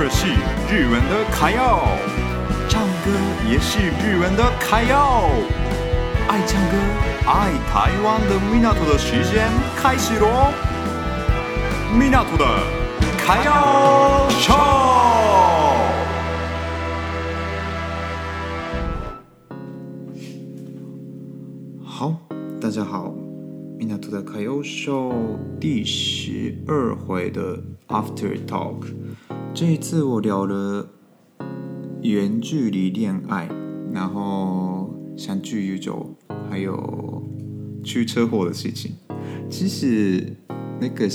歌是日文的卡要，唱歌也是日文的卡要。爱唱歌、爱台湾的港的时间开始咯！港的卡要秀。好，大家好，港的卡要秀第12回的 After Talk。这一次我聊了远距离恋爱，然后相聚已久，还有出车祸的事情。其实那个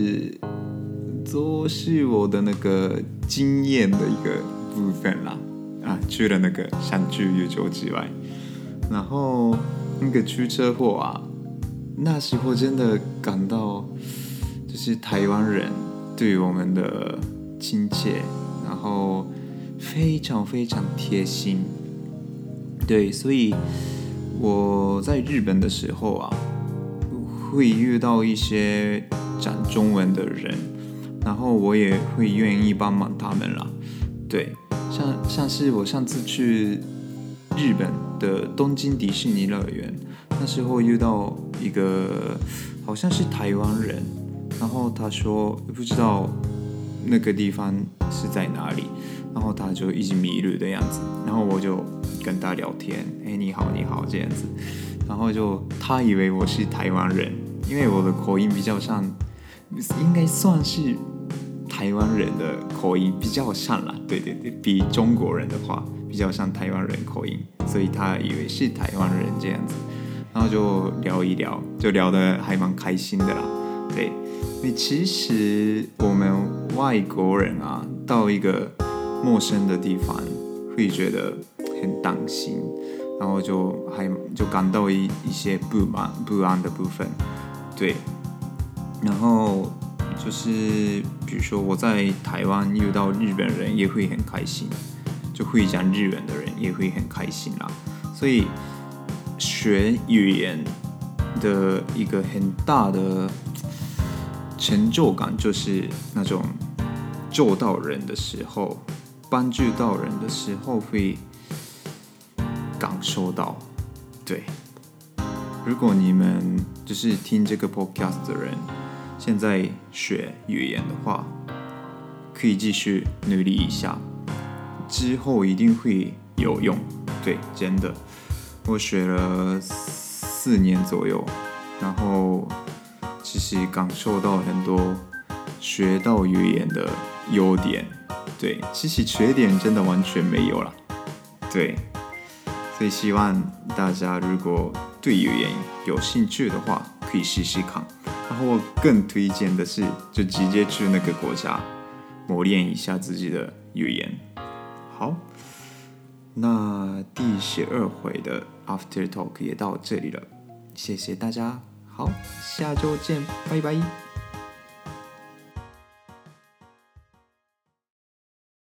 都是我的那个经验的一个部分啦。除了那个相聚已久之外，然后那个出车祸啊，那时候真的感到，就是台湾人对我们的亲切，然后非常非常贴心。对，所以我在日本的时候啊，会遇到一些讲中文的人，然后我也会愿意帮忙他们啦。对，像是我上次去日本的东京迪士尼乐园，那时候遇到一个好像是台湾人，然后他说不知道那个地方是在哪里，然后他就一直迷路的样子，然后我就跟他聊天，你好你好这样子，然后他以为我是台湾人，因为我的口音比较像，应该算是台湾人的口音比较像啦，对，比中国人的话比较像台湾人口音，所以他以为是台湾人这样子，然后就聊一聊，就聊得还蛮开心的啦。对，因为其实我们外国人啊，到一个陌生的地方会觉得很担心，然后就感到一些不安的部分。对，然后就是比如说我在台湾遇到日本人也会很开心，就会讲日文的人也会很开心啦。所以学语言的一个很大的成就感，就是那种救到人的时候，帮助到人的时候会感受到。对，如果你们就是听这个 podcast 的人现在学语言的话，可以继续努力一下，之后一定会有用。对，真的，我学了4年左右，然后其实感受到很多学到语言的优点。对，其实缺点真的完全没有啦。对，所以希望大家如果对语言有兴趣的话，可以试试看。然后更推荐的是，就直接去那个国家磨练一下自己的语言。好，那第12回的 After Talk 也到这里了，谢谢大家，好，下周见，拜拜。